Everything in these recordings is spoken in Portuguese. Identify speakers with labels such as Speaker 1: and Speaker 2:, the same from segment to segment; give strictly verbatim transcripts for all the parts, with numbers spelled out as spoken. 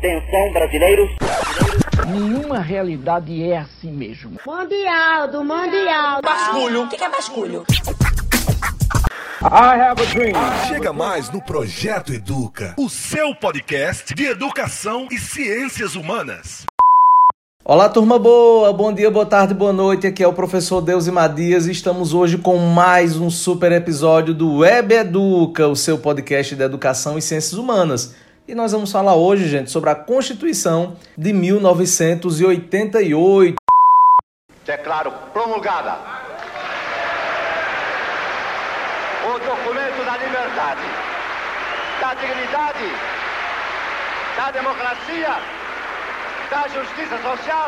Speaker 1: Atenção, brasileiros.
Speaker 2: Nenhuma realidade é assim mesmo.
Speaker 3: Mundial, do Mundial.
Speaker 4: Basculho. O que é basculho?
Speaker 5: I have a dream.
Speaker 6: Chega mais no Projeto Educa, o seu podcast de educação e ciências humanas.
Speaker 7: Olá, turma boa, bom dia, boa tarde, boa noite, aqui é o professor Deusimar Dias e estamos hoje com mais um super episódio do Web Educa, o seu podcast de educação e ciências humanas. E nós vamos falar hoje, gente, sobre a Constituição de mil novecentos e oitenta e oito.
Speaker 8: Declaro promulgada o documento da liberdade, da dignidade, da democracia, da justiça social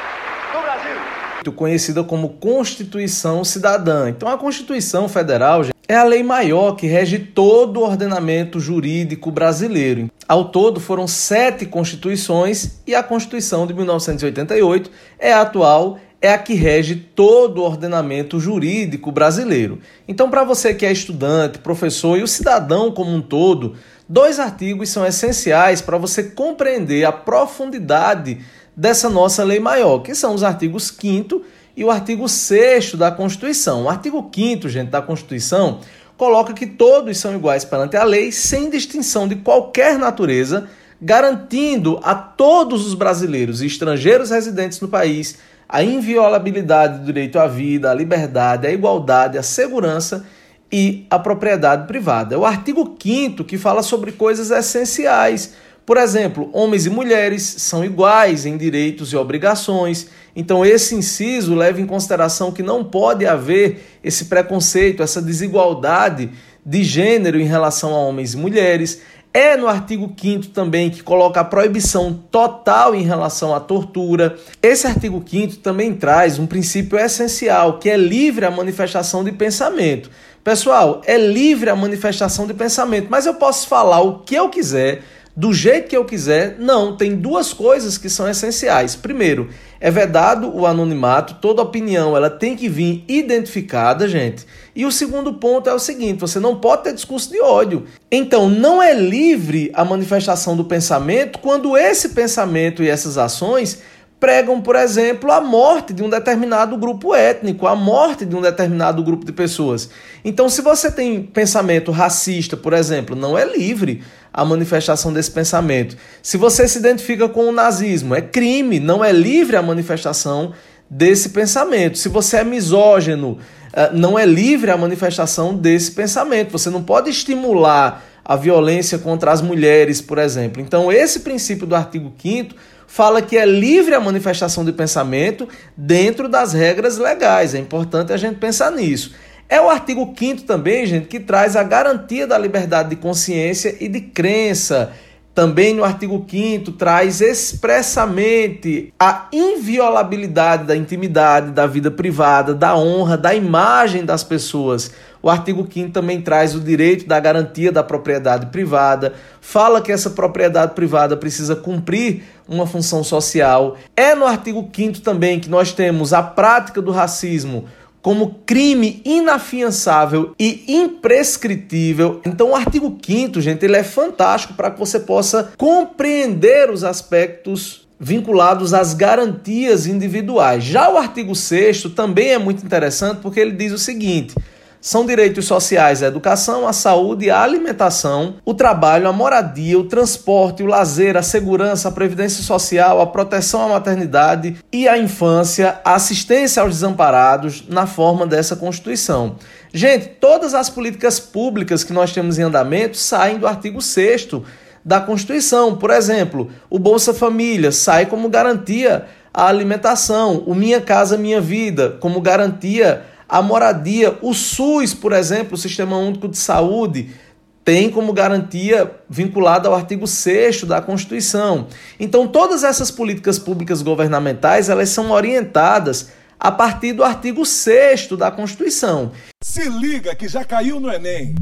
Speaker 8: do Brasil.
Speaker 7: Conhecida como Constituição Cidadã. Então a Constituição Federal, gente, é a lei maior que rege todo o ordenamento jurídico brasileiro. Ao todo foram sete constituições e a Constituição de mil novecentos e oitenta e oito é a atual, é a que rege todo o ordenamento jurídico brasileiro. Então, para você que é estudante, professor e o cidadão como um todo, dois artigos são essenciais para você compreender a profundidade dessa nossa lei maior, que são os artigos quinto e o artigo sexto da Constituição. O artigo quinto, gente, da Constituição coloca que todos são iguais perante a lei, sem distinção de qualquer natureza, garantindo a todos os brasileiros e estrangeiros residentes no país a inviolabilidade do direito à vida, à liberdade, à igualdade, à segurança e à propriedade privada. É o artigo quinto que fala sobre coisas essenciais. Por exemplo, homens e mulheres são iguais em direitos e obrigações. Então, esse inciso leva em consideração que não pode haver esse preconceito, essa desigualdade de gênero em relação a homens e mulheres. É no artigo quinto também que coloca a proibição total em relação à tortura. Esse artigo quinto também traz um princípio essencial, que é livre a manifestação de pensamento. Pessoal, é livre a manifestação de pensamento, mas eu posso falar o que eu quiser, do jeito que eu quiser? Não, tem duas coisas que são essenciais. Primeiro, é vedado o anonimato, toda opinião ela tem que vir identificada, gente. E o segundo ponto é o seguinte, você não pode ter discurso de ódio. Então, não é livre a manifestação do pensamento quando esse pensamento e essas ações pregam, por exemplo, a morte de um determinado grupo étnico, a morte de um determinado grupo de pessoas. Então, se você tem pensamento racista, por exemplo, não é livre a manifestação desse pensamento. Se você se identifica com o nazismo, é crime, não é livre a manifestação desse pensamento. Se você é misógino, não é livre a manifestação desse pensamento. Você não pode estimular a violência contra as mulheres, por exemplo. Então, esse princípio do artigo quinto fala que é livre a manifestação de pensamento dentro das regras legais. É importante a gente pensar nisso. É o artigo quinto também, gente, que traz a garantia da liberdade de consciência e de crença. Também no artigo quinto traz expressamente a inviolabilidade da intimidade, da vida privada, da honra, da imagem das pessoas. O artigo quinto também traz o direito da garantia da propriedade privada, fala que essa propriedade privada precisa cumprir uma função social. É no artigo quinto também que nós temos a prática do racismo como crime inafiançável e imprescritível. Então o artigo quinto, gente, ele é fantástico para que você possa compreender os aspectos vinculados às garantias individuais. Já o artigo sexto também é muito interessante porque ele diz o seguinte: são direitos sociais a educação, a saúde, a alimentação, o trabalho, a moradia, o transporte, o lazer, a segurança, a previdência social, a proteção à maternidade e à infância, a assistência aos desamparados na forma dessa Constituição. Gente, todas as políticas públicas que nós temos em andamento saem do artigo sexto da Constituição. Por exemplo, o Bolsa Família sai como garantia à alimentação, o Minha Casa Minha Vida como garantia a moradia, o SUS, por exemplo, o Sistema Único de Saúde, tem como garantia vinculada ao artigo sexto da Constituição. Então, todas essas políticas públicas governamentais, elas são orientadas a partir do artigo sexto da Constituição.
Speaker 6: Se liga que já caiu no Enem.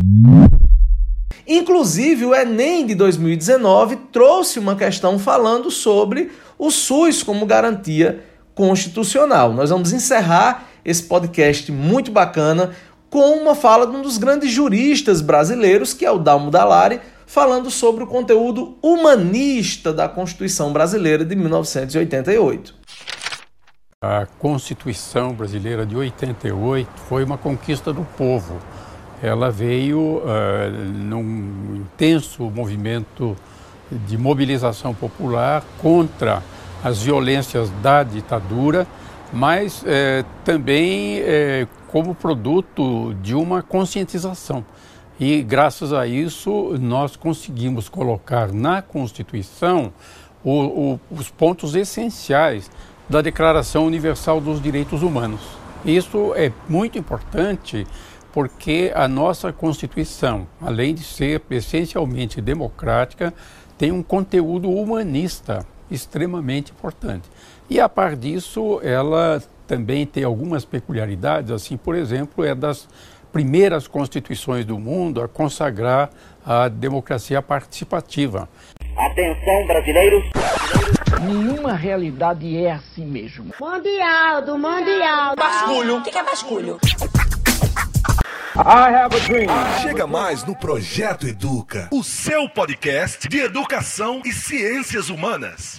Speaker 7: Inclusive, o Enem de dois mil e dezenove trouxe uma questão falando sobre o SUS como garantia constitucional. Nós vamos encerrar esse podcast muito bacana com uma fala de um dos grandes juristas brasileiros, que é o Dalmo Dallari, falando sobre o conteúdo humanista da Constituição Brasileira de mil novecentos e oitenta e oito.
Speaker 1: A Constituição Brasileira de oitenta e oito foi uma conquista do povo. Ela veio uh, num intenso movimento de mobilização popular contra as violências da ditadura, mas eh, também eh, como produto de uma conscientização. E graças a isso nós conseguimos colocar na Constituição o, o, os pontos essenciais da Declaração Universal dos Direitos Humanos. Isso é muito importante porque a nossa Constituição, além de ser essencialmente democrática, tem um conteúdo humanista extremamente importante. E a par disso, ela também tem algumas peculiaridades, assim, por exemplo, é das primeiras constituições do mundo a consagrar a democracia participativa.
Speaker 8: Atenção, brasileiros!
Speaker 2: Nenhuma realidade é assim mesmo.
Speaker 3: Mundial, do Mundial.
Speaker 4: Basculho. O que é basculho?
Speaker 6: I have a dream. Chega mais no Projeto Educa, o seu podcast de educação e ciências humanas.